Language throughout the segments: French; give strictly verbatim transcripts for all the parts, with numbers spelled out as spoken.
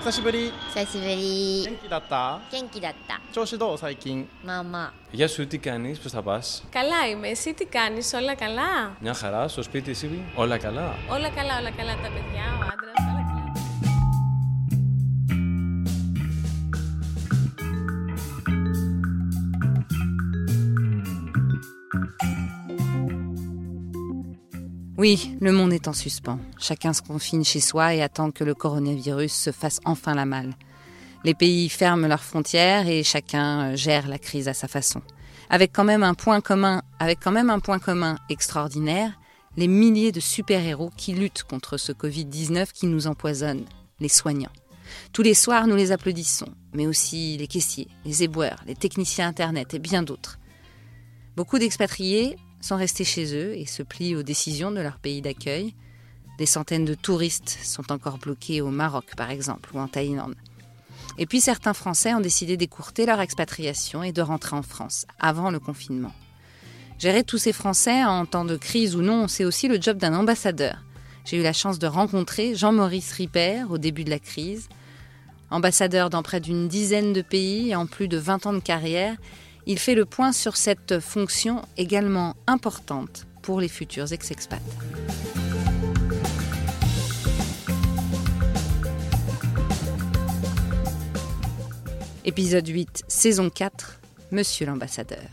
久しぶり。 久しぶり。 元気だった？ 元気だった。 調子どう最近？ まあまあ。 Γεια σου, τι κάνεις, πώς θα πας? Καλά είμαι, εσύ τι κάνεις, όλα καλά? Μια χαρά, στο σπίτι εσύ, όλα καλά? Όλα καλά, όλα καλά, τα παιδιά, ο άντρας, όλα καλά. Oui, le monde est en suspens. Chacun se confine chez soi et attend que le coronavirus se fasse enfin la malle. Les pays ferment leurs frontières et chacun gère la crise à sa façon. Avec quand même un point commun, avec quand même un point commun extraordinaire, les milliers de super-héros qui luttent contre ce covid dix-neuf qui nous empoisonne, les soignants. Tous les soirs, nous les applaudissons, mais aussi les caissiers, les éboueurs, les techniciens Internet et bien d'autres. Beaucoup d'expatriés sont restés chez eux et se plient aux décisions de leur pays d'accueil. Des centaines de touristes sont encore bloqués au Maroc, par exemple, ou en Thaïlande. Et puis certains Français ont décidé d'écourter leur expatriation et de rentrer en France, avant le confinement. Gérer tous ces Français en temps de crise ou non, c'est aussi le job d'un ambassadeur. J'ai eu la chance de rencontrer Jean-Maurice Ripert au début de la crise. Ambassadeur dans près d'une dizaine de pays et en plus de vingt ans de carrière, il fait le point sur cette fonction également importante pour les futurs ex-expats. Épisode huit, saison quatre, Monsieur l'ambassadeur.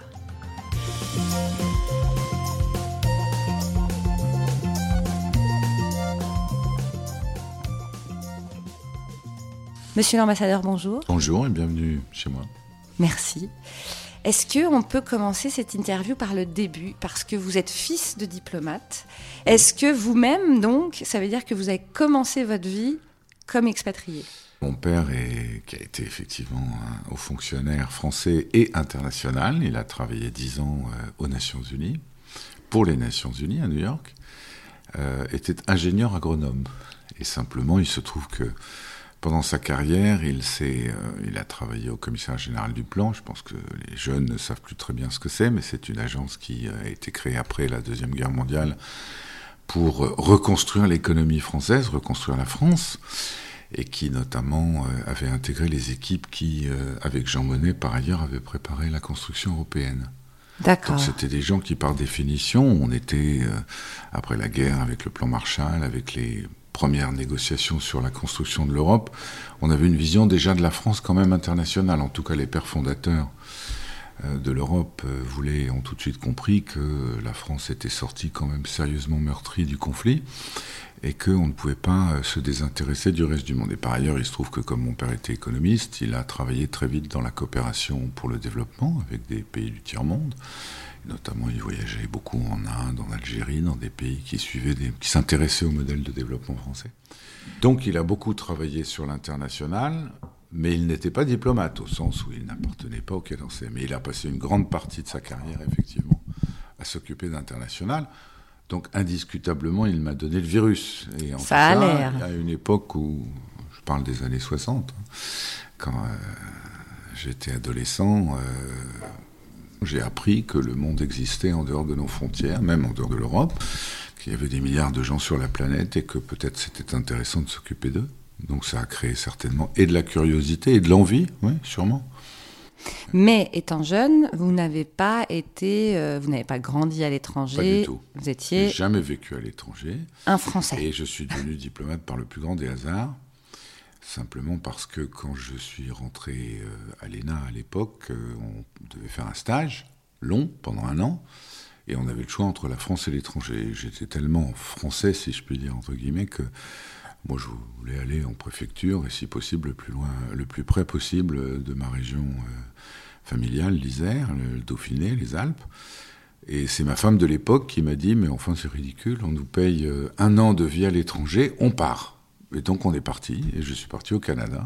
Monsieur l'ambassadeur, bonjour. Bonjour et bienvenue chez moi. Merci. Est-ce qu'on peut commencer cette interview par le début, parce que vous êtes fils de diplomate? Est-ce que vous-même, donc, ça veut dire que vous avez commencé votre vie comme expatrié? Mon père, est, qui a été effectivement un haut fonctionnaire français et international, il a travaillé dix ans euh, aux Nations Unies, pour les Nations Unies à New York, euh, était ingénieur agronome. Et simplement, il se trouve que pendant sa carrière, il, s'est, euh, il a travaillé au commissariat général du plan. Je pense que les jeunes ne savent plus très bien ce que c'est, mais c'est une agence qui a été créée après la Deuxième Guerre mondiale pour reconstruire l'économie française, reconstruire la France, et qui notamment euh, avait intégré les équipes qui, euh, avec Jean Monnet par ailleurs, avaient préparé la construction européenne. D'accord. Donc c'était des gens qui, par définition, on était, euh, après la guerre, avec le plan Marshall, avec les premières négociations sur la construction de l'Europe, on avait une vision déjà de la France quand même internationale. En tout cas, les pères fondateurs euh, de l'Europe euh, voulaient, ont tout de suite compris que la France était sortie quand même sérieusement meurtrie du conflit et qu'on ne pouvait pas euh, se désintéresser du reste du monde. Et par ailleurs, il se trouve que comme mon père était économiste, il a travaillé très vite dans la coopération pour le développement avec des pays du tiers-monde. Notamment, il voyageait beaucoup en Inde, en Algérie, dans des pays qui suivaient, des, qui s'intéressaient au modèle de développement français. Donc, il a beaucoup travaillé sur l'international, mais il n'était pas diplomate, au sens où il n'appartenait pas au Quai d'Orsay. Mais il a passé une grande partie de sa carrière, effectivement, à s'occuper d'international. Donc, indiscutablement, il m'a donné le virus. Et en Ça a tout cas, l'air. à une époque où, je parle des années soixante, quand euh, j'étais adolescent, euh, j'ai appris que le monde existait en dehors de nos frontières, même en dehors de l'Europe, qu'il y avait des milliards de gens sur la planète et que peut-être c'était intéressant de s'occuper d'eux. Donc ça a créé certainement et de la curiosité et de l'envie, oui, sûrement. Mais étant jeune, vous n'avez pas été, euh, vous n'avez pas grandi à l'étranger. Pas du tout. Vous J'ai étiez jamais vécu à l'étranger. un Français. Et je suis devenu diplomate par le plus grand des hasards. Simplement parce que quand je suis rentré à l'E N A à l'époque, on devait faire un stage long, pendant un an, et on avait le choix entre la France et l'étranger. J'étais tellement français, si je puis dire, entre guillemets, que moi je voulais aller en préfecture, et si possible le plus loin, le plus près possible de ma région familiale, l'Isère, le Dauphiné, les Alpes. Et c'est ma femme de l'époque qui m'a dit « Mais enfin c'est ridicule, on nous paye un an de vie à l'étranger, on part ». Et donc on est parti, et je suis parti au Canada,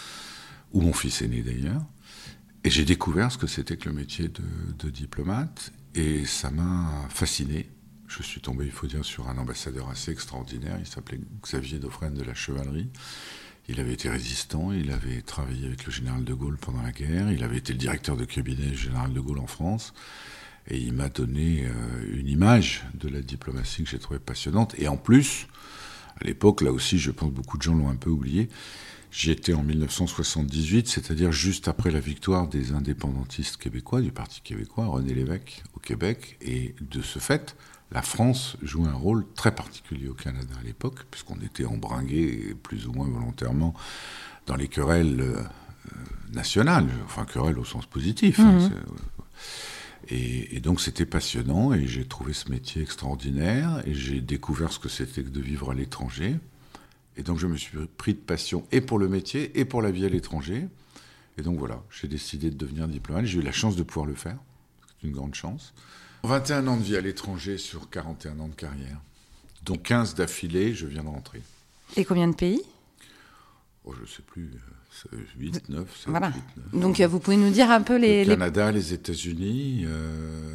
où mon fils est né d'ailleurs, et j'ai découvert ce que c'était que le métier de, de diplomate, et ça m'a fasciné. Je suis tombé, il faut dire, sur un ambassadeur assez extraordinaire, il s'appelait Xavier Dauphren de la Chevalerie. Il avait été résistant, il avait travaillé avec le général de Gaulle pendant la guerre, il avait été le directeur de cabinet du général de Gaulle en France, et il m'a donné euh, une image de la diplomatie que j'ai trouvée passionnante, et en plus, À l'époque, là aussi, je pense que beaucoup de gens l'ont un peu oublié, j'y étais en dix-neuf cent soixante-dix-huit, c'est-à-dire juste après la victoire des indépendantistes québécois, du Parti québécois, René Lévesque, au Québec. Et de ce fait, la France jouait un rôle très particulier au Canada à l'époque, puisqu'on était embringués, plus ou moins volontairement, dans les querelles euh, nationales, enfin querelles au sens positif. Mmh. Hein, et, et donc c'était passionnant, et j'ai trouvé ce métier extraordinaire, et j'ai découvert ce que c'était que de vivre à l'étranger. Et donc je me suis pris de passion et pour le métier et pour la vie à l'étranger. Et donc voilà, j'ai décidé de devenir diplomate. J'ai eu la chance de pouvoir le faire. C'est une grande chance. vingt et un ans de vie à l'étranger sur quarante et un ans de carrière. dont quinze d'affilée, je viens de rentrer. Et combien de pays ? Oh, je ne sais plus, huit, neuf, sept, voilà. huit, neuf. Donc vous pouvez nous dire un peu les... Le Canada, les, les États-Unis, euh,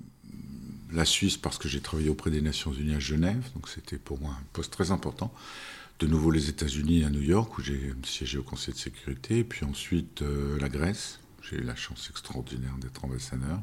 la Suisse, parce que j'ai travaillé auprès des Nations Unies à Genève, donc c'était pour moi un poste très important. De nouveau les États-Unis à New York, où j'ai siégé au Conseil de sécurité, et puis ensuite euh, la Grèce. J'ai eu la chance extraordinaire d'être ambassadeur.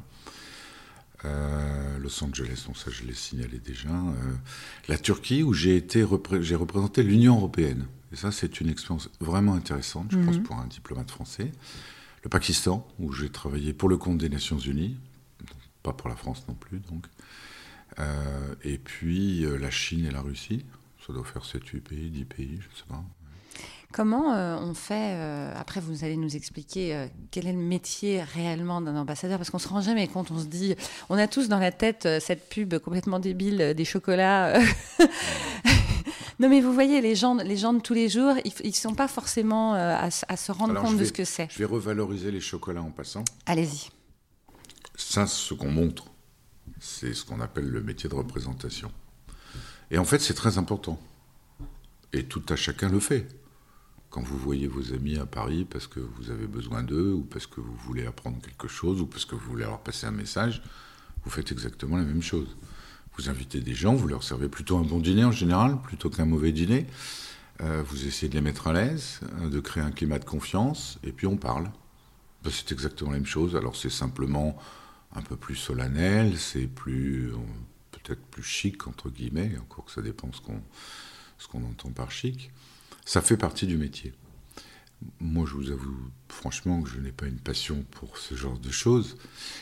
Euh, Los Angeles, donc ça je l'ai signalé déjà. Euh, la Turquie, où j'ai, été repré- j'ai représenté l'Union européenne. Et ça, c'est une expérience vraiment intéressante, je mm-hmm. pense, pour un diplomate français. Le Pakistan, où j'ai travaillé pour le compte des Nations Unies, pas pour la France non plus, donc. Euh, et puis euh, la Chine et la Russie. Ça doit faire sept, huit pays, dix pays, je ne sais pas. Comment euh, on fait, euh, après vous allez nous expliquer euh, quel est le métier réellement d'un ambassadeur, parce qu'on ne se rend jamais compte, on se dit, on a tous dans la tête euh, cette pub complètement débile euh, des chocolats. Euh. Non mais vous voyez, les gens, les gens de tous les jours, ils ne sont pas forcément euh, à, à se rendre Alors, compte vais, de ce que c'est. Je vais revaloriser les chocolats en passant. Allez-y. Ça, ce qu'on montre, c'est ce qu'on appelle le métier de représentation. Et en fait, c'est très important. Et tout à chacun le fait. Quand vous voyez vos amis à Paris parce que vous avez besoin d'eux, ou parce que vous voulez apprendre quelque chose, ou parce que vous voulez leur passer un message, vous faites exactement la même chose. Vous invitez des gens, vous leur servez plutôt un bon dîner en général, plutôt qu'un mauvais dîner. Euh, vous essayez de les mettre à l'aise, de créer un climat de confiance, et puis on parle. Ben, c'est exactement la même chose. Alors c'est simplement un peu plus solennel, c'est plus... peut-être plus chic, entre guillemets, encore que ça dépend ce qu'on, ce qu'on entend par chic. Ça fait partie du métier. Moi, je vous avoue franchement que je n'ai pas une passion pour ce genre de choses,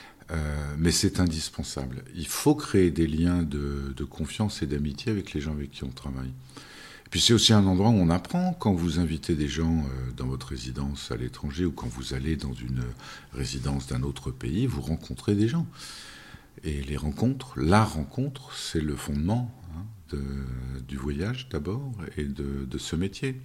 euh, mais c'est indispensable. Il faut créer des liens de, de confiance et d'amitié avec les gens avec qui on travaille. Et puis c'est aussi un endroit où on apprend. Quand vous invitez des gens euh, dans votre résidence à l'étranger, ou quand vous allez dans une résidence d'un autre pays, vous rencontrez des gens. Et les rencontres, la rencontre, c'est le fondement hein, de, du voyage d'abord et de, de ce métier.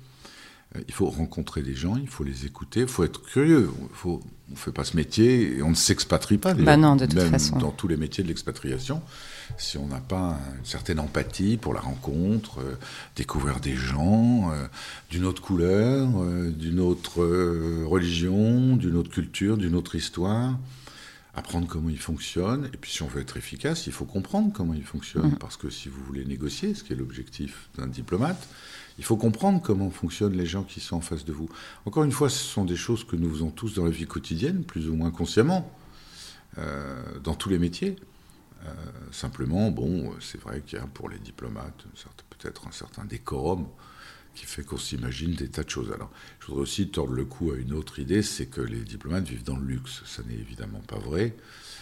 Il faut rencontrer des gens, il faut les écouter, il faut être curieux. Faut, on ne fait pas ce métier et on ne s'expatrie pas. Bah non, de toute même façon. Dans tous les métiers de l'expatriation, si on n'a pas une certaine empathie pour la rencontre, euh, découvrir des gens euh, d'une autre couleur, euh, d'une autre euh, religion, d'une autre culture, d'une autre histoire, apprendre comment ils fonctionnent, et puis si on veut être efficace, il faut comprendre comment ils fonctionnent, mmh. parce que si vous voulez négocier, ce qui est l'objectif d'un diplomate, il faut comprendre comment fonctionnent les gens qui sont en face de vous. Encore une fois, ce sont des choses que nous faisons tous dans la vie quotidienne, plus ou moins consciemment, euh, dans tous les métiers. Euh, simplement, bon, c'est vrai qu'il y a pour les diplomates peut-être un certain décorum qui fait qu'on s'imagine des tas de choses. Alors, je voudrais aussi tordre le cou à une autre idée, c'est que les diplomates vivent dans le luxe. Ça n'est évidemment pas vrai.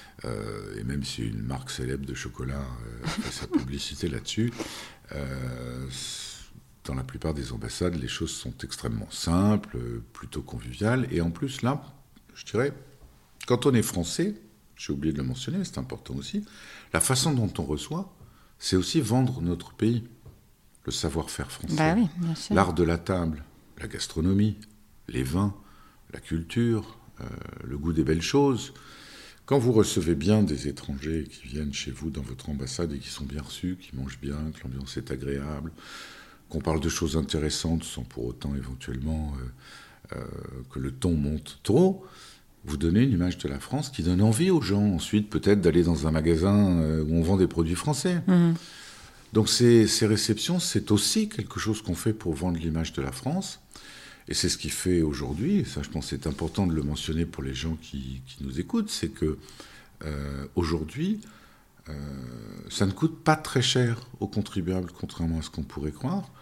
Euh, et même si une marque célèbre de chocolat euh, fait sa publicité là-dessus, euh, dans la plupart des ambassades, les choses sont extrêmement simples, plutôt conviviales. Et en plus, là, je dirais, quand on est français, j'ai oublié de le mentionner, mais c'est important aussi, la façon dont on reçoit, c'est aussi vendre notre pays. Le savoir-faire français, bah oui, bien sûr. L'art de la table, la gastronomie, les vins, la culture, euh, le goût des belles choses. Quand vous recevez bien des étrangers qui viennent chez vous dans votre ambassade et qui sont bien reçus, qui mangent bien, que l'ambiance est agréable, qu'on parle de choses intéressantes sans pour autant éventuellement euh, euh, que le ton monte trop, vous donnez une image de la France qui donne envie aux gens ensuite peut-être d'aller dans un magasin euh, où on vend des produits français. Mmh. Donc ces, ces réceptions, c'est aussi quelque chose qu'on fait pour vendre l'image de la France. Et c'est ce qui fait aujourd'hui, et ça je pense c'est important de le mentionner pour les gens qui, qui nous écoutent, c'est que euh, aujourd'hui, euh, ça ne coûte pas très cher aux contribuables, contrairement à ce qu'on pourrait croire.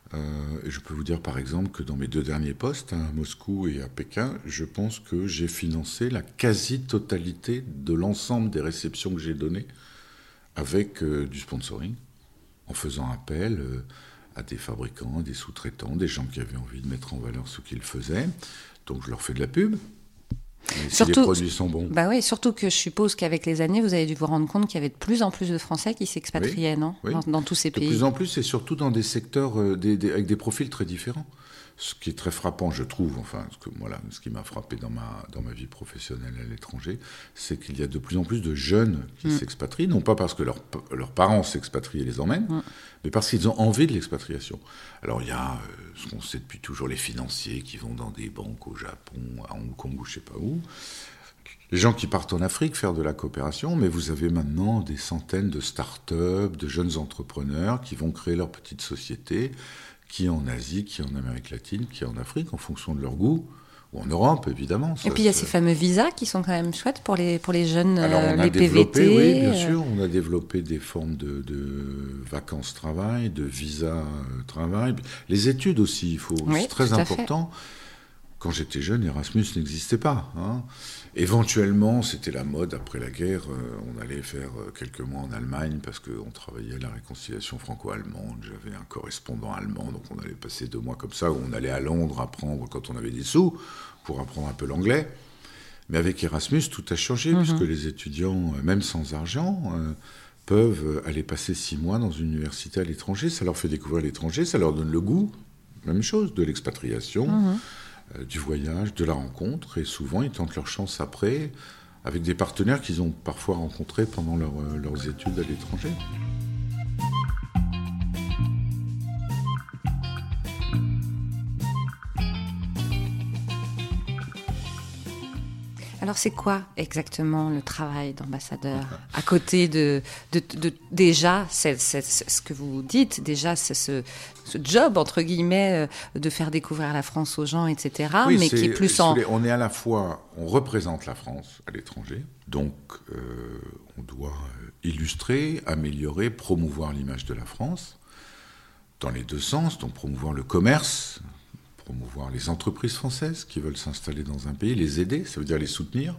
Euh, et je peux vous dire par exemple que dans mes deux derniers postes, à Moscou et à Pékin, je pense que j'ai financé la quasi-totalité de l'ensemble des réceptions que j'ai données avec euh, du sponsoring, en faisant appel euh, à des fabricants, à des sous-traitants, des gens qui avaient envie de mettre en valeur ce qu'ils faisaient. Donc je leur fais de la pub. Et si Surtout, les produits sont bons. Bah oui, surtout que je suppose qu'avec les années, vous avez dû vous rendre compte qu'il y avait de plus en plus de Français qui s'expatriaient, oui, non oui. Dans, dans tous ces de pays. De plus en plus, et surtout dans des secteurs euh, des, des, avec des profils très différents. Ce qui est très frappant, je trouve, enfin, ce, que, voilà, ce qui m'a frappé dans ma, dans ma vie professionnelle à l'étranger, c'est qu'il y a de plus en plus de jeunes qui mm. s'expatrient, non pas parce que leur, leurs parents s'expatrient et les emmènent, mm. mais parce qu'ils ont envie de l'expatriation. Alors il y a euh, ce qu'on sait depuis toujours, les financiers qui vont dans des banques au Japon, à Hong Kong ou je ne sais pas où, les gens qui partent en Afrique faire de la coopération, mais vous avez maintenant des centaines de start-up, de jeunes entrepreneurs qui vont créer leur petite société, qui est en Asie, qui est en Amérique latine, qui est en Afrique, en fonction de leur goût, ou en Europe, évidemment. Et puis il y a ces fameux visas qui sont quand même chouettes pour les, pour les jeunes, Alors, on euh, a les développé, P V T. Oui, bien sûr, on a développé des formes de, de vacances-travail, de visa-travail. Les études aussi, il faut, oui, c'est très important. Quand j'étais jeune, Erasmus n'existait pas. Hein. Éventuellement, c'était la mode après la guerre. Euh, on allait faire quelques mois en Allemagne parce qu'on travaillait à la réconciliation franco-allemande. J'avais un correspondant allemand, donc on allait passer deux mois comme ça, où on allait à Londres apprendre quand on avait des sous pour apprendre un peu l'anglais. Mais avec Erasmus, tout a changé, mm-hmm. puisque les étudiants, même sans argent, euh, peuvent aller passer six mois dans une université à l'étranger. Ça leur fait découvrir l'étranger, ça leur donne le goût, même chose, de l'expatriation. Mm-hmm. Du voyage, de la rencontre, et souvent ils tentent leur chance après avec des partenaires qu'ils ont parfois rencontrés pendant leur, euh, leurs études à l'étranger. Alors c'est quoi exactement le travail d'ambassadeur à côté de, de, de, de déjà c'est, c'est, c'est ce que vous dites, déjà c'est ce, ce job entre guillemets de faire découvrir la France aux gens, et cetera. Oui, mais qui est plus en... On est à la fois, on représente la France à l'étranger, donc euh, on doit illustrer, améliorer, promouvoir l'image de la France dans les deux sens, donc promouvoir le commerce, promouvoir les entreprises françaises qui veulent s'installer dans un pays, les aider, ça veut dire les soutenir.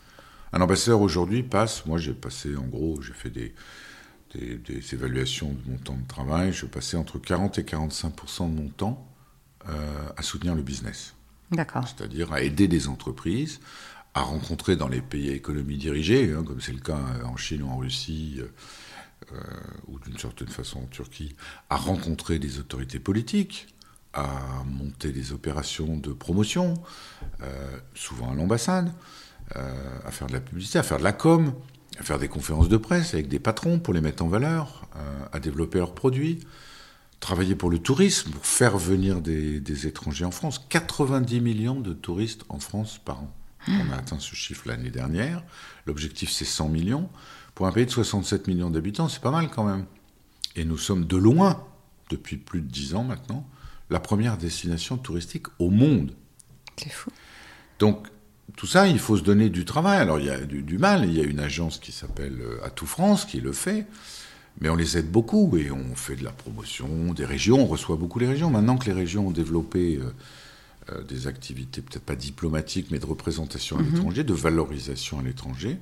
Un ambassadeur aujourd'hui passe, moi j'ai passé en gros, j'ai fait des, des, des évaluations de mon temps de travail, je passais entre quarante et quarante-cinq pour cent de mon temps euh, à soutenir le business. D'accord. C'est-à-dire à aider des entreprises, à rencontrer dans les pays à économie dirigée, hein, comme c'est le cas en Chine ou en Russie, euh, ou d'une certaine façon en Turquie, à rencontrer des autorités politiques, à monter des opérations de promotion, euh, souvent à l'ambassade, euh, à faire de la publicité, à faire de la com, à faire des conférences de presse avec des patrons pour les mettre en valeur, euh, à développer leurs produits, travailler pour le tourisme, pour faire venir des, des étrangers en France. quatre-vingt-dix millions de touristes en France par an. Mmh. On a atteint ce chiffre l'année dernière. L'objectif, c'est cent millions. Pour un pays de soixante-sept millions d'habitants, c'est pas mal quand même. Et nous sommes de loin, depuis plus de dix ans maintenant, la première destination touristique au monde. C'est fou. Donc, tout ça, il faut se donner du travail. Alors, il y a du, du mal. Il y a une agence qui s'appelle Atout France qui le fait. Mais on les aide beaucoup et on fait de la promotion des régions. On reçoit beaucoup les régions. Maintenant que les régions ont développé euh, euh, des activités, peut-être pas diplomatiques, mais de représentation à mm-hmm. l'étranger, de valorisation à l'étranger,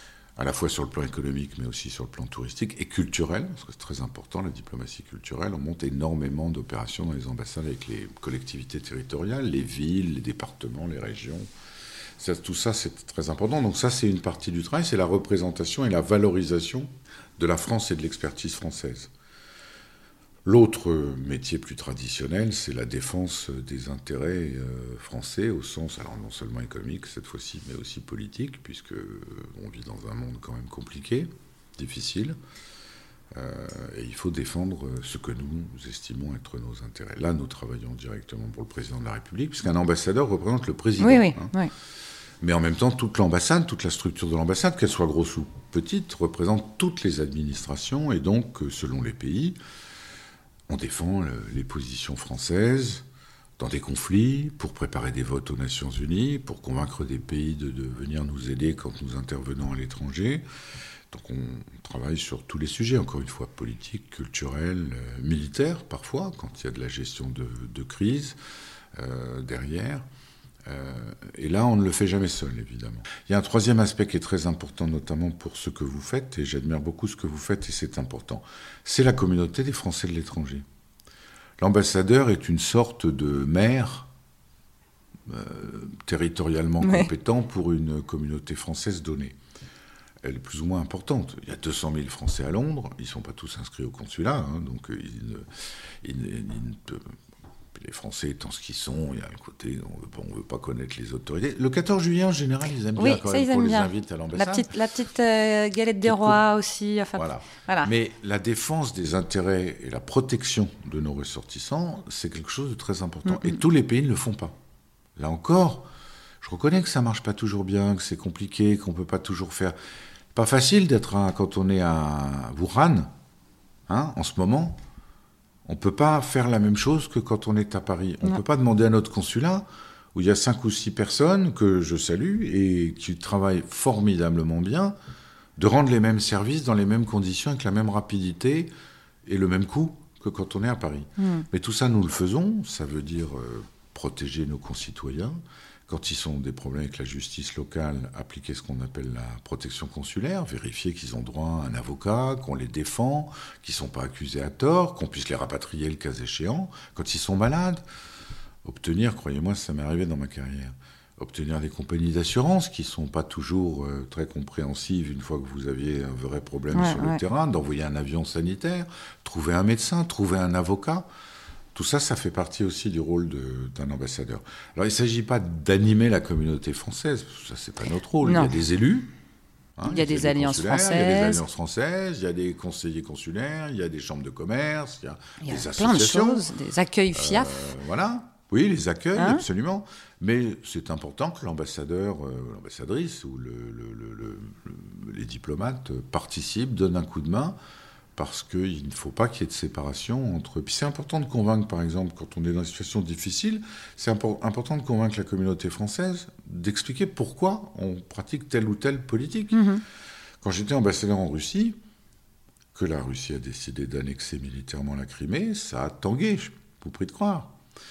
à la fois sur le plan économique, mais aussi sur le plan touristique et culturel, parce que c'est très important, la diplomatie culturelle. On monte énormément d'opérations dans les ambassades avec les collectivités territoriales, les villes, les départements, les régions. Ça, tout ça, c'est très important. Donc ça, c'est une partie du travail, c'est la représentation et la valorisation de la France et de l'expertise française. L'autre métier plus traditionnel, c'est la défense des intérêts euh, français, au sens, alors non seulement économique cette fois-ci, mais aussi politique, puisque on vit dans un monde quand même compliqué, difficile, euh, et il faut défendre ce que nous estimons être nos intérêts. Là, nous travaillons directement pour le président de la République, puisqu'un ambassadeur représente le président. Oui, oui, hein. oui. Mais en même temps, toute l'ambassade, toute la structure de l'ambassade, qu'elle soit grosse ou petite, représente toutes les administrations, et donc, selon les pays, on défend les positions françaises dans des conflits, pour préparer des votes aux Nations Unies, pour convaincre des pays de, de venir nous aider quand nous intervenons à l'étranger, Donc on travaille sur tous les sujets, encore une fois, politiques, culturels, euh, militaires, parfois, quand il y a de la gestion de, de crise euh, derrière. Euh, et là, on ne le fait jamais seul, évidemment. Il y a un troisième aspect qui est très important, notamment pour ce que vous faites, et j'admire beaucoup ce que vous faites, et c'est important. C'est la communauté des Français de l'étranger. L'ambassadeur est une sorte de maire euh, territorialement ouais. compétent pour une communauté française donnée. Elle est plus ou moins importante. Il y a deux cent mille Français à Londres, ils ne sont pas tous inscrits au consulat, hein, donc ils ne, ils ne, ils ne, les Français étant ce qu'ils sont, il y a le côté, on ne veut pas connaître les autorités. Le quatorze juillet, en général, ils aiment oui, bien quand ça, même ils qu'on aiment les bien. invite à l'ambassade. La petite, la petite euh, galette des rois aussi. Enfin, voilà. voilà. Mais la défense des intérêts et la protection de nos ressortissants, c'est quelque chose de très important. Mm-hmm. Et tous les pays ne le font pas. Là encore, je reconnais que ça ne marche pas toujours bien, que c'est compliqué, qu'on ne peut pas toujours faire... Pas facile d'être, à, quand on est à Wuhan, hein, en ce moment... On ne peut pas faire la même chose que quand on est à Paris. On ne peut pas demander à notre consulat, où il y a cinq ou six personnes que je salue et qui travaillent formidablement bien, de rendre les mêmes services dans les mêmes conditions, avec la même rapidité et le même coût que quand on est à Paris. Mm. Mais tout ça, nous le faisons. Ça veut dire euh, protéger nos concitoyens. Quand ils ont des problèmes avec la justice locale, appliquer ce qu'on appelle la protection consulaire, vérifier qu'ils ont droit à un avocat, qu'on les défend, qu'ils ne sont pas accusés à tort, qu'on puisse les rapatrier le cas échéant. Quand ils sont malades, obtenir, croyez-moi, ça m'est arrivé dans ma carrière, obtenir des compagnies d'assurance qui ne sont pas toujours euh, très compréhensives une fois que vous aviez un vrai problème ouais, sur ouais. le terrain, d'envoyer un avion sanitaire, trouver un médecin, trouver un avocat. Tout ça, ça fait partie aussi du rôle de, d'un ambassadeur. Alors, il ne s'agit pas d'animer la communauté française, ça, ce n'est pas notre rôle. Non. Il y a des élus. Hein, il y a des alliances françaises. Il y a des alliances françaises, il y a des conseillers consulaires, il y a des chambres de commerce, il y a, il y a des plein associations. de choses, des accueils F I A F. Euh, voilà. Oui, les accueils, hein absolument. Mais c'est important que l'ambassadeur, euh, l'ambassadrice ou le, le, le, le, le, les diplomates participent, donnent un coup de main, parce qu'il ne faut pas qu'il y ait de séparation entre... Puis c'est important de convaincre, par exemple, quand on est dans une situation difficile, c'est impor- important de convaincre la communauté française d'expliquer pourquoi on pratique telle ou telle politique. Mm-hmm. Quand j'étais ambassadeur en Russie, que la Russie a décidé d'annexer militairement la Crimée, ça a tangué, je vous prie de croire.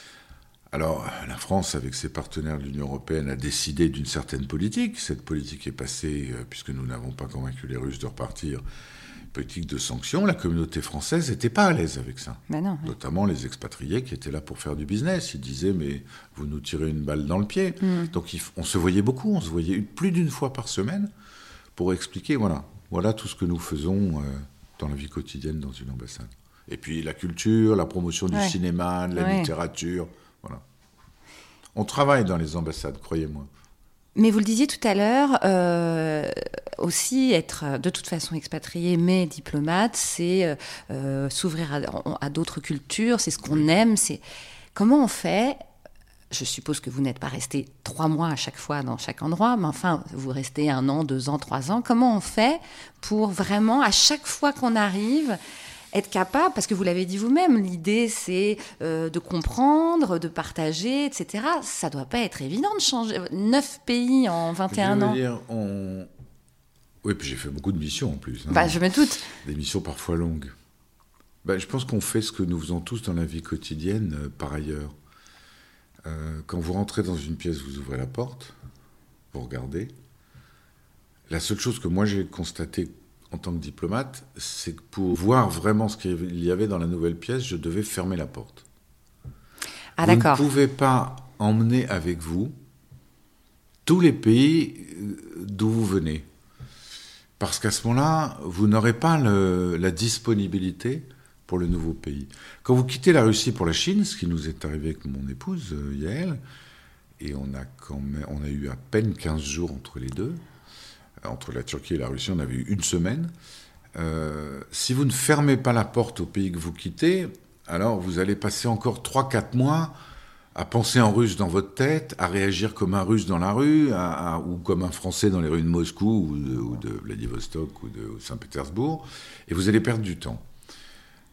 Alors, la France, avec ses partenaires de l'Union européenne, a décidé d'une certaine politique. Cette politique est passée, euh, puisque nous n'avons pas convaincu les Russes de repartir, politique de sanctions. La communauté française n'était pas à l'aise avec ça. Ben non, oui. Notamment les expatriés qui étaient là pour faire du business. Ils disaient, mais vous nous tirez une balle dans le pied. Mm. Donc, il, on se voyait beaucoup, on se voyait plus d'une fois par semaine pour expliquer, voilà, voilà tout ce que nous faisons euh, dans la vie quotidienne dans une ambassade. Et puis, la culture, la promotion du ouais. cinéma, de la ouais. littérature... Voilà. On travaille dans les ambassades, croyez-moi. Mais vous le disiez tout à l'heure, euh, aussi être de toute façon expatrié, mais diplomate, c'est euh, s'ouvrir à, à d'autres cultures, c'est ce qu'on aime. C'est... Comment on fait ? Je suppose que vous n'êtes pas resté trois mois à chaque fois dans chaque endroit, mais enfin, vous restez un an, deux ans, trois ans. Comment on fait pour vraiment, à chaque fois qu'on arrive... être capable, parce que vous l'avez dit vous-même, l'idée c'est euh, de comprendre, de partager, et cetera. Ça ne doit pas être évident de changer neuf pays en vingt et un ans. Dire, on... Oui, puis j'ai fait beaucoup de missions en plus. Hein. Bah, je me doute. Des missions parfois longues. Bah, je pense qu'on fait ce que nous faisons tous dans la vie quotidienne euh, par ailleurs. Euh, quand vous rentrez dans une pièce, vous ouvrez la porte, vous regardez. La seule chose que moi j'ai constatée en tant que diplomate, c'est que pour voir vraiment ce qu'il y avait dans la nouvelle pièce, je devais fermer la porte. Ah, vous d'accord. ne pouvez pas emmener avec vous tous les pays d'où vous venez. Parce qu'à ce moment-là, vous n'aurez pas le, la disponibilité pour le nouveau pays. Quand vous quittez la Russie pour la Chine, ce qui nous est arrivé avec mon épouse, Yael, et on a, quand même, on a eu à peine quinze jours entre les deux, entre la Turquie et la Russie, on avait eu une semaine. Euh, si vous ne fermez pas la porte au pays que vous quittez, alors vous allez passer encore trois quatre mois à penser en russe dans votre tête, à réagir comme un russe dans la rue, à, à, ou comme un Français dans les rues de Moscou, ou de, ou de Vladivostok, ou de Saint-Pétersbourg, et vous allez perdre du temps.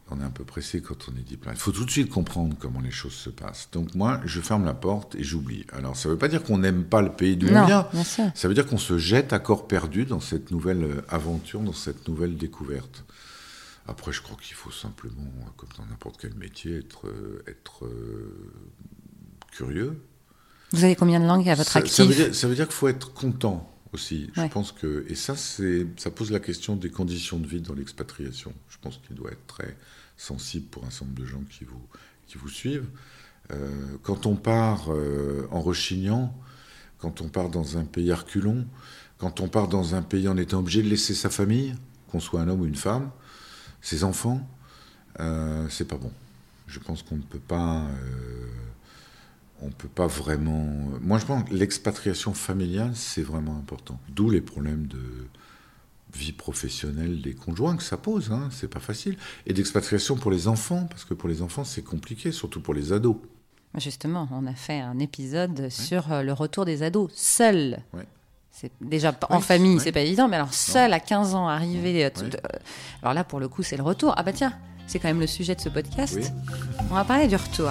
On est un peu pressé quand on est diplomate. Il faut tout de suite comprendre comment les choses se passent. Donc moi, je ferme la porte et j'oublie. Alors ça ne veut pas dire qu'on n'aime pas le pays d'où on vient. Bien sûr. Ça veut dire qu'on se jette à corps perdu dans cette nouvelle aventure, dans cette nouvelle découverte. Après, je crois qu'il faut simplement, comme dans n'importe quel métier, être, être euh, curieux. Vous avez combien de langues à votre ça, actif? ça veut dire, ça veut dire qu'il faut être content aussi. Je ouais. pense que, et ça, c'est, ça pose la question des conditions de vie dans l'expatriation. Je pense qu'il doit être très sensible pour un certain nombre de gens qui vous, qui vous suivent. Euh, quand on part euh, en rechignant, quand on part dans un pays à reculons, quand on part dans un pays en étant obligé de laisser sa famille, qu'on soit un homme ou une femme, ses enfants, euh, c'est pas bon. Je pense qu'on ne peut pas... Euh, on peut pas vraiment... Moi, je pense que l'expatriation familiale, c'est vraiment important. D'où les problèmes de vie professionnelle des conjoints que ça pose, hein, c'est pas facile. Et d'expatriation pour les enfants, parce que pour les enfants, c'est compliqué, surtout pour les ados. Justement, on a fait un épisode ouais. sur le retour des ados seuls. Ouais. C'est déjà oui, en famille, ouais. c'est pas évident, mais alors seul à quinze ans, arriver... Ouais. Tout, euh, alors là, pour le coup, c'est le retour. Ah bah tiens, c'est quand même le sujet de ce podcast. Oui. On va parler du retour.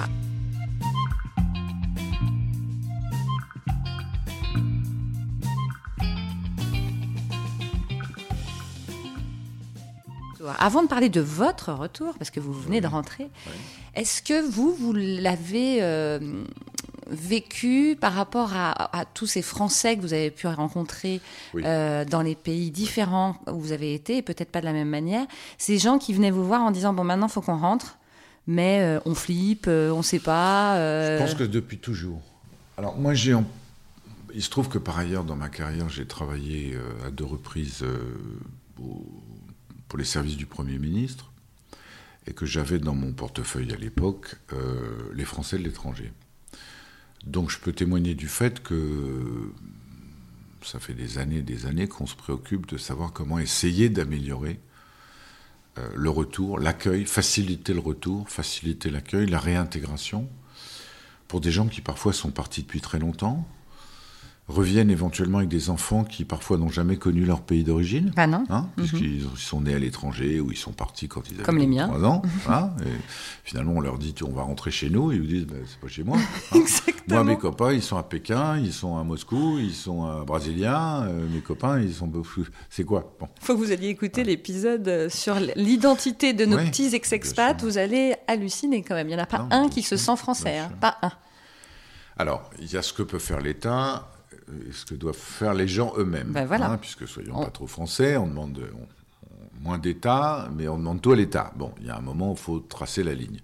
Avant de parler de votre retour, parce que vous venez oui. de rentrer, oui. est-ce que vous, vous l'avez euh, vécu par rapport à, à tous ces Français que vous avez pu rencontrer oui. euh, dans les pays différents où vous avez été, et peut-être pas de la même manière, ces gens qui venaient vous voir en disant « bon, maintenant, il faut qu'on rentre, mais euh, on flippe, euh, on ne sait pas euh... ». Je pense que depuis toujours. Alors moi, j'ai... En... il se trouve que par ailleurs, dans ma carrière, j'ai travaillé euh, à deux reprises euh, au... pour les services du Premier ministre, et que j'avais dans mon portefeuille à l'époque euh, les Français de l'étranger. Donc je peux témoigner du fait que ça fait des années et des années qu'on se préoccupe de savoir comment essayer d'améliorer euh, le retour, l'accueil, faciliter le retour, faciliter l'accueil, la réintégration, pour des gens qui parfois sont partis depuis très longtemps, reviennent éventuellement avec des enfants qui parfois n'ont jamais connu leur pays d'origine, bah non. Hein, mm-hmm. puisqu'ils sont nés à l'étranger ou ils sont partis quand ils avaient Comme les miens. trois ans. Mm-hmm. Hein, et finalement, on leur dit on va rentrer chez nous, ils vous disent bah, c'est pas chez moi. Hein. Moi, mes copains, ils sont à Pékin, ils sont à Moscou, ils sont à Brasilia. Euh, mes copains, ils sont c'est quoi bon. Faut que vous alliez écouter ouais. l'épisode sur l'identité de nos ouais, petits ex-expats. Vous allez halluciner quand même. Il y en a pas non, un qui se sent français, hein, pas un. Alors, il y a ce que peut faire l'État. Ce que doivent faire les gens eux-mêmes. Ben voilà. hein, puisque, soyons on... pas trop français, on demande on, on, moins d'État, mais on demande tout à l'État. Bon, il y a un moment où il faut tracer la ligne.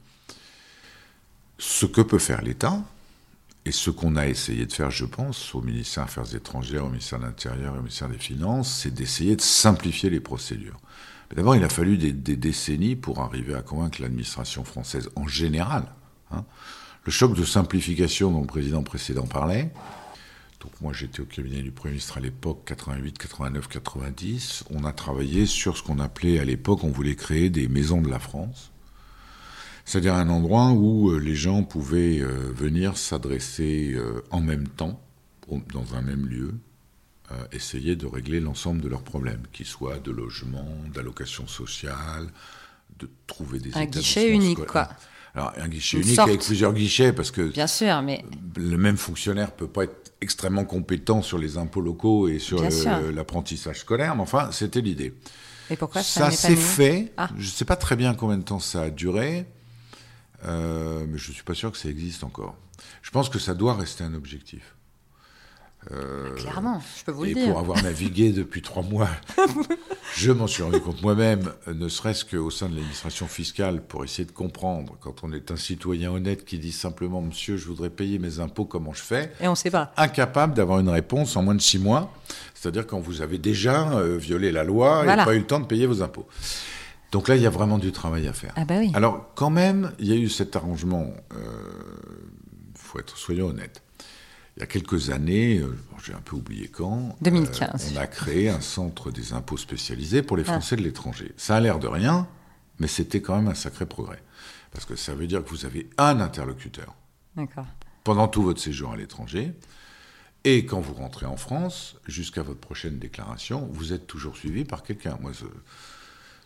Ce que peut faire l'État, et ce qu'on a essayé de faire, je pense, au ministère des Affaires étrangères, au ministère de l'Intérieur et au ministère des Finances, c'est d'essayer de simplifier les procédures. Mais d'abord, il a fallu des, des décennies pour arriver à convaincre l'administration française en général. Hein. Le choc de simplification dont le président précédent parlait, donc moi j'étais au cabinet du Premier ministre à l'époque, quatre-vingt-huit, quatre-vingt-neuf, quatre-vingt-dix. On a travaillé sur ce qu'on appelait à l'époque, on voulait créer des maisons de la France. C'est-à-dire un endroit où les gens pouvaient euh, venir s'adresser euh, en même temps, dans un même lieu, euh, essayer de régler l'ensemble de leurs problèmes, qu'ils soient de logement, d'allocation sociale, de trouver des un guichet unique, scolaires. Quoi. Alors un guichet Une unique sorte. Avec plusieurs guichets, parce que bien sûr, mais... le même fonctionnaire peut pas être extrêmement compétent sur les impôts locaux et sur le, l'apprentissage scolaire, mais enfin, c'était l'idée. Et pourquoi ça, ça s'est fait, ah. je ne sais pas très bien combien de temps ça a duré, euh, mais je ne suis pas sûr que ça existe encore. Je pense que ça doit rester un objectif. Euh, Clairement, je peux vous le et dire. Et pour avoir navigué depuis trois mois, je m'en suis rendu compte moi-même, ne serait-ce qu'au sein de l'administration fiscale, pour essayer de comprendre, quand on est un citoyen honnête qui dit simplement « Monsieur, je voudrais payer mes impôts, comment je fais ?» Et on ne sait pas. Incapable d'avoir une réponse en moins de six mois, c'est-à-dire quand vous avez déjà euh, violé la loi voilà. et pas eu le temps de payer vos impôts. Donc là, il y a vraiment du travail à faire. Ah bah oui. Alors, quand même, il y a eu cet arrangement, il euh, faut être, soyons honnêtes. Il y a quelques années, euh, j'ai un peu oublié quand, deux mille quinze. Euh, on a créé un centre des impôts spécialisés pour les Français ah. de l'étranger. Ça a l'air de rien, mais c'était quand même un sacré progrès. Parce que ça veut dire que vous avez un interlocuteur D'accord. pendant tout votre séjour à l'étranger. Et quand vous rentrez en France, jusqu'à votre prochaine déclaration, vous êtes toujours suivi par quelqu'un. Moi, je,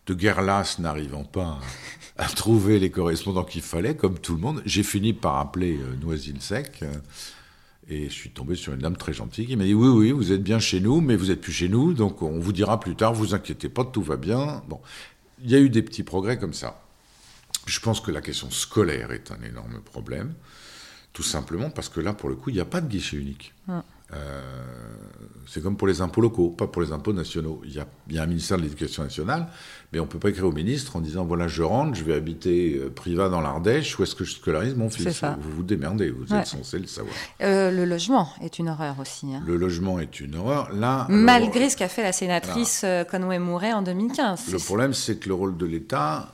de guerre lasse n'arrivant pas à, à trouver les correspondants qu'il fallait, comme tout le monde, j'ai fini par appeler euh, Noisy-le-Sec, euh, et je suis tombé sur une dame très gentille qui m'a dit « Oui, oui, vous êtes bien chez nous, mais vous n'êtes plus chez nous, donc on vous dira plus tard, vous inquiétez pas, tout va bien. » Bon, il y a eu des petits progrès comme ça. Je pense que la question scolaire est un énorme problème, tout simplement parce que là, pour le coup, il n'y a pas de guichet unique. Hum. Euh, c'est comme pour les impôts locaux, pas pour les impôts nationaux. Il y a, il y a un ministère de l'Éducation nationale, mais on ne peut pas écrire au ministre en disant voilà, je rentre, je vais habiter euh, Privas dans l'Ardèche, où est-ce que je scolarise mon fils ? Vous vous démerdez, vous ouais. êtes censé le savoir. Euh, le logement est une horreur aussi. Hein. Le logement est une horreur. Là, malgré alors, ce qu'a fait la sénatrice là, Conway-Mouret en deux mille quinze. Le problème, c'est que le rôle de l'État,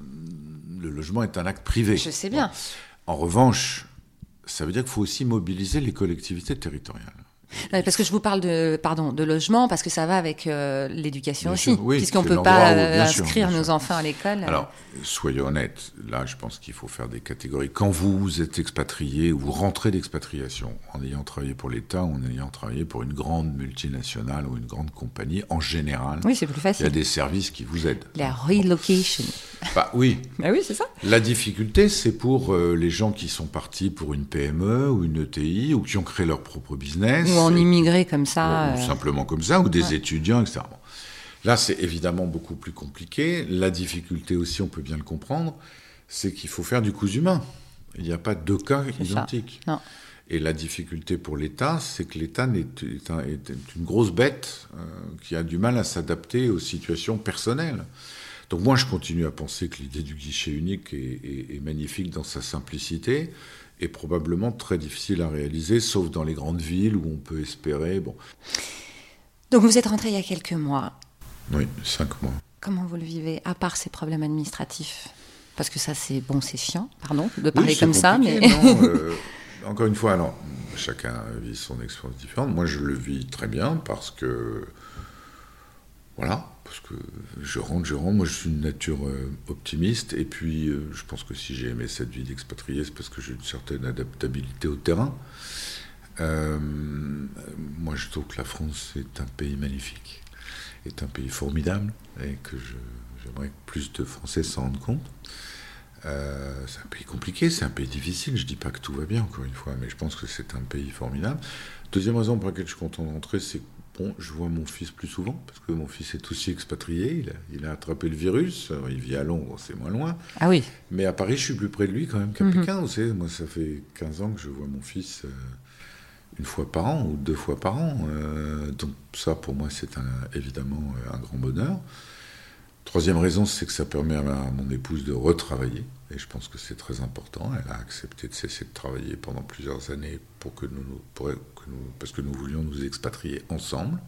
le logement est un acte privé. Je sais bien. En revanche, ça veut dire qu'il faut aussi mobiliser les collectivités territoriales. Non, parce que je vous parle de, pardon, de logement, parce que ça va avec euh, l'éducation bien aussi, sûr, oui, puisqu'on ne peut pas euh, sûr, inscrire nos enfants à l'école. Alors, soyons honnêtes, là, je pense qu'il faut faire des catégories. Quand vous êtes expatrié, ou vous rentrez d'expatriation, en ayant travaillé pour l'État, ou en ayant travaillé pour une grande multinationale ou une grande compagnie, en général, oui, c'est plus facile. Il y a des services qui vous aident. La relocation. Bah oui. Bah oui, c'est ça. La difficulté, c'est pour euh, les gens qui sont partis pour une P M E ou une E T I, ou qui ont créé leur propre business. Ou en immigré comme ça. Ou, ou simplement comme ça, ou des ouais. étudiants, et cetera. Bon. Là, c'est évidemment beaucoup plus compliqué. La difficulté aussi, on peut bien le comprendre, c'est qu'il faut faire du cousu humain. Il n'y a pas deux cas c'est identiques. Non. Et la difficulté pour l'État, c'est que l'État est, est, un, est une grosse bête euh, qui a du mal à s'adapter aux situations personnelles. Donc moi, je continue à penser que l'idée du guichet unique est, est, est magnifique dans sa simplicité et probablement très difficile à réaliser, sauf dans les grandes villes où on peut espérer... Bon. Donc vous êtes rentré il y a quelques mois. Oui, cinq mois. Comment vous le vivez, à part ces problèmes administratifs ? Parce que ça, c'est bon, c'est chiant, pardon, de parler oui, comme ça, mais... Non, euh, encore une fois, alors, chacun vit son expérience différente. Moi, je le vis très bien parce que... Voilà, parce que je rentre, je rentre. Moi, je suis une nature euh, optimiste. Et puis, euh, je pense que si j'ai aimé cette vie d'expatrié, c'est parce que j'ai une certaine adaptabilité au terrain. Euh, moi, je trouve que la France est un pays magnifique, est un pays formidable, et que je, j'aimerais que plus de Français s'en rendent compte. Euh, c'est un pays compliqué, c'est un pays difficile. Je ne dis pas que tout va bien, encore une fois, mais je pense que c'est un pays formidable. Deuxième raison pour laquelle je suis content de rentrer, c'est Bon, je vois mon fils plus souvent, parce que mon fils est aussi expatrié, il a, il a attrapé le virus, il vit à Londres, c'est moins loin. Ah oui. Mais à Paris, je suis plus près de lui quand même qu'à mm-hmm. Pékin, vous savez. Moi, ça fait quinze ans que je vois mon fils euh, une fois par an ou deux fois par an. Euh, donc ça, pour moi, c'est un, évidemment un grand bonheur. Troisième raison, c'est que ça permet à, ma, à mon épouse de retravailler. Et je pense que c'est très important. Elle a accepté de cesser de travailler pendant plusieurs années pour que nous, pour que nous, parce que nous voulions nous expatrier ensemble.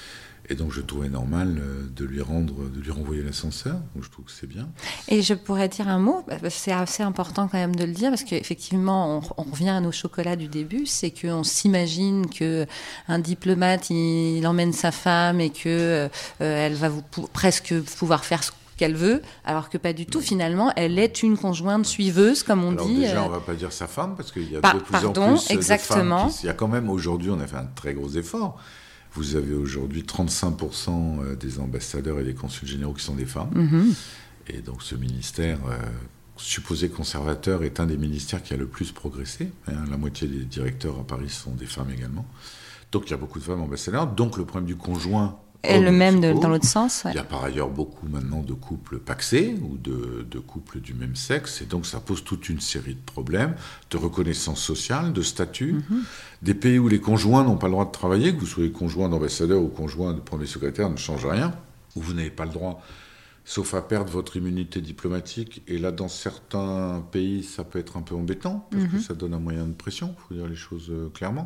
Et donc je trouvais normal de lui rendre, de lui renvoyer l'ascenseur. Donc je trouve que c'est bien. Et je pourrais dire un mot, c'est assez important quand même de le dire, parce qu'effectivement, on, on revient à nos chocolats du début, c'est qu'on s'imagine qu'un diplomate, il, il emmène sa femme et qu'elle euh, va vous, pour, presque pouvoir faire ce qu'elle veut, alors que pas du tout. Finalement, elle est une conjointe suiveuse, comme on alors dit. Déjà, euh... on ne va pas dire sa femme, parce qu'il y a Par, de plus pardon, en plus exactement. de femmes. Qui, il y a quand même, aujourd'hui, on a fait un très gros effort. Vous avez aujourd'hui trente-cinq pour cent des ambassadeurs et des consuls généraux qui sont des femmes. Mm-hmm. Et donc ce ministère, euh, supposé conservateur, est un des ministères qui a le plus progressé. Hein, la moitié des directeurs à Paris sont des femmes également. Donc il y a beaucoup de femmes ambassadeurs. Donc le problème du conjoint... Et le même de, dans l'autre sens. Ouais. Il y a par ailleurs beaucoup maintenant de couples pacsés ou de, de couples du même sexe, et donc ça pose toute une série de problèmes de reconnaissance sociale, de statut. Mm-hmm. Des pays où les conjoints n'ont pas le droit de travailler, que vous soyez conjoint d'ambassadeur ou conjoint de premier secrétaire, ne change rien, où vous n'avez pas le droit, sauf à perdre votre immunité diplomatique. Et là, dans certains pays, ça peut être un peu embêtant, parce mm-hmm. que ça donne un moyen de pression, il faut dire les choses euh, clairement.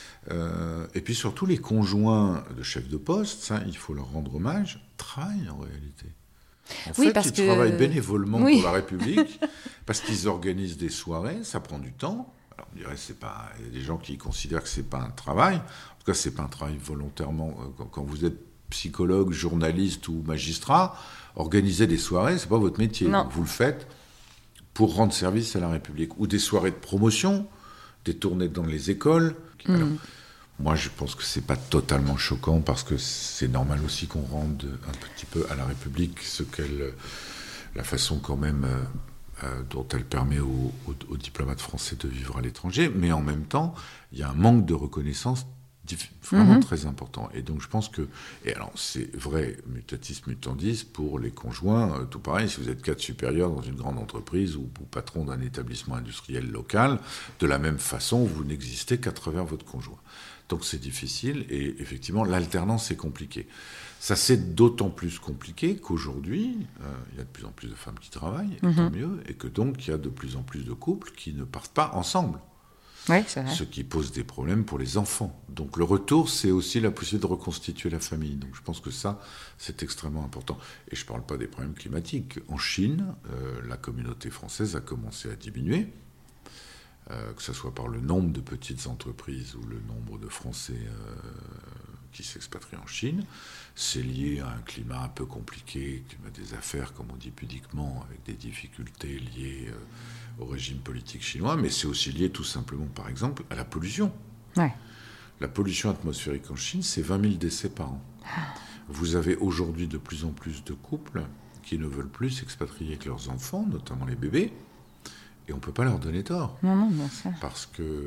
Euh, et puis surtout, les conjoints de chefs de poste, ça, il faut leur rendre hommage, travaillent en réalité. En oui, fait, parce ils que... travaillent bénévolement oui. pour la République, parce qu'ils organisent des soirées, ça prend du temps. Alors, on dirait, c'est pas... il y a des gens qui considèrent que c'est pas un travail. En tout cas, c'est pas un travail volontairement. Quand vous êtes psychologue, journaliste ou magistrat, organiser des soirées, c'est pas votre métier. Non. Vous le faites pour rendre service à la République. Ou des soirées de promotion, des tournées dans les écoles. Mmh. Alors, Moi, je pense que c'est pas totalement choquant parce que c'est normal aussi qu'on rende un petit peu à la République ce qu'elle, la façon quand même euh, dont elle permet aux, aux, aux diplomates français de vivre à l'étranger. Mais en même temps, il y a un manque de reconnaissance vraiment mmh. très important. Et donc je pense que, et alors c'est vrai, mutatis mutandis, pour les conjoints, euh, tout pareil, si vous êtes cadre supérieur dans une grande entreprise ou, ou patron d'un établissement industriel local, de la même façon, vous n'existez qu'à travers votre conjoint. Donc c'est difficile, et effectivement, l'alternance est compliquée. Ça c'est d'autant plus compliqué qu'aujourd'hui, euh, il y a de plus en plus de femmes qui travaillent, mmh. tant mieux, et que donc il y a de plus en plus de couples qui ne partent pas ensemble. Oui, c'est vrai. Ce qui pose des problèmes pour les enfants. Donc le retour, c'est aussi la possibilité de reconstituer la famille. Donc je pense que ça, c'est extrêmement important. Et je ne parle pas des problèmes climatiques. En Chine, euh, la communauté française a commencé à diminuer, euh, que ce soit par le nombre de petites entreprises ou le nombre de Français euh, qui s'expatrient en Chine. C'est lié à un climat un peu compliqué, climat des affaires, comme on dit pudiquement, avec des difficultés liées... Euh, au régime politique chinois, mais c'est aussi lié tout simplement, par exemple, à la pollution. Ouais. La pollution atmosphérique en Chine, c'est vingt mille décès par an. Vous avez aujourd'hui de plus en plus de couples qui ne veulent plus s'expatrier avec leurs enfants, notamment les bébés, et on ne peut pas leur donner tort. Non, non, bien sûr. Parce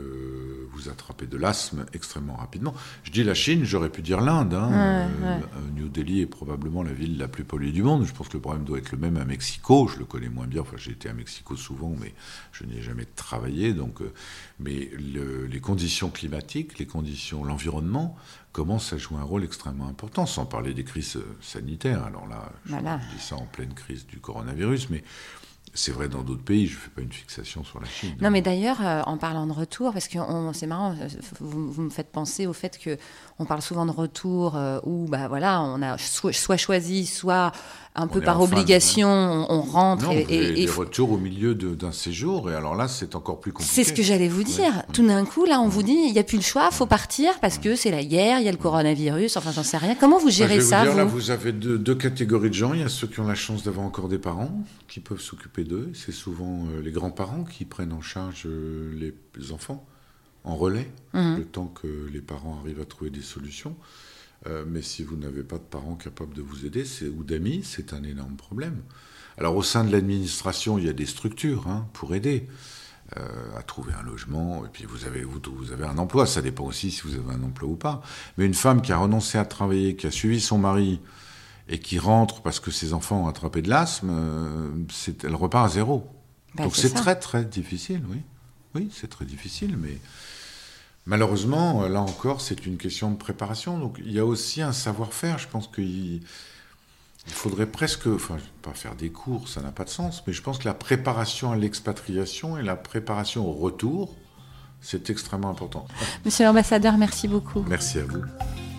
que vous attrapez de l'asthme extrêmement rapidement. Je dis la Chine, j'aurais pu dire l'Inde. Hein. Ouais, euh, ouais. New Delhi est probablement la ville la plus polluée du monde. Je pense que le problème doit être le même à Mexico. Je le connais moins bien. Enfin, j'ai été à Mexico souvent, mais je n'y ai jamais travaillé. Donc, euh, mais le, les conditions climatiques, les conditions, l'environnement commencent à jouer un rôle extrêmement important, sans parler des crises sanitaires. Alors là, je, voilà. je dis ça en pleine crise du coronavirus, mais... C'est vrai dans d'autres pays, je ne fais pas une fixation sur la Chine. Non, mais d'ailleurs, euh, en parlant de retour, parce que on, c'est marrant, vous, vous me faites penser au fait qu'on parle souvent de retour euh, où bah, voilà, on a soit, soit choisi, soit un on peu par obligation, fin, on, on rentre. Non, et, et, et des f... retours au milieu de, d'un séjour, et alors là, c'est encore plus compliqué. C'est ce que j'allais vous dire. Ouais. Tout d'un coup, là, on ouais. vous dit, il n'y a plus le choix, il faut partir parce que c'est la guerre, il y a le coronavirus, enfin, j'en sais rien. Comment vous gérez bah, je vais ça, vous dire, vous là, vous avez deux, deux catégories de gens. Il y a ceux qui ont la chance d'avoir encore des parents, qui peuvent s'occuper d'eux. C'est souvent euh, les grands-parents qui prennent en charge euh, les, les enfants en relais, mmh. le temps que les parents arrivent à trouver des solutions. Euh, mais si vous n'avez pas de parents capables de vous aider, c'est, ou d'amis, c'est un énorme problème. Alors au sein de l'administration, il y a des structures hein, pour aider euh, à trouver un logement, et puis vous avez, vous, vous avez un emploi, ça dépend aussi si vous avez un emploi ou pas. Mais une femme qui a renoncé à travailler, qui a suivi son mari, et qui rentre parce que ses enfants ont attrapé de l'asthme, euh, c'est, elle repart à zéro. Ben, Donc c'est, c'est très très difficile, oui. Oui, c'est très difficile, mais... Malheureusement, là encore, c'est une question de préparation. Donc, il y a aussi un savoir-faire. Je pense qu'il il faudrait presque... Enfin, je ne vais pas faire des cours, ça n'a pas de sens. Mais je pense que la préparation à l'expatriation et la préparation au retour, c'est extrêmement important. Monsieur l'ambassadeur, merci beaucoup. Merci à vous.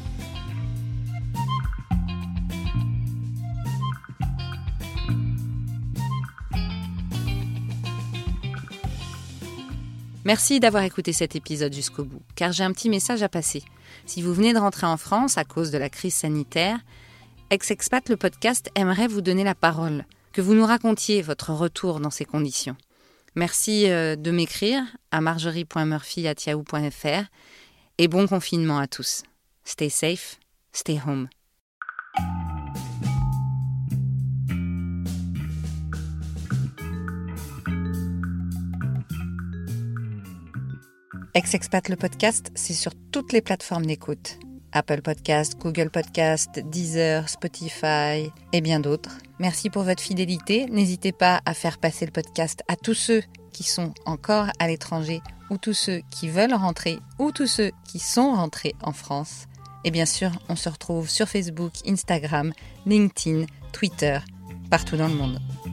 Merci d'avoir écouté cet épisode jusqu'au bout, car j'ai un petit message à passer. Si vous venez de rentrer en France à cause de la crise sanitaire, Ex-Expat, le podcast, aimerait vous donner la parole, que vous nous racontiez votre retour dans ces conditions. Merci de m'écrire à marjorie point murphy arobase yahoo point fr et bon confinement à tous. Stay safe, stay home. Ex-Expat, le podcast, c'est sur toutes les plateformes d'écoute. Apple Podcast, Google Podcast, Deezer, Spotify et bien d'autres. Merci pour votre fidélité. N'hésitez pas à faire passer le podcast à tous ceux qui sont encore à l'étranger ou tous ceux qui veulent rentrer ou tous ceux qui sont rentrés en France. Et bien sûr, on se retrouve sur Facebook, Instagram, LinkedIn, Twitter, partout dans le monde.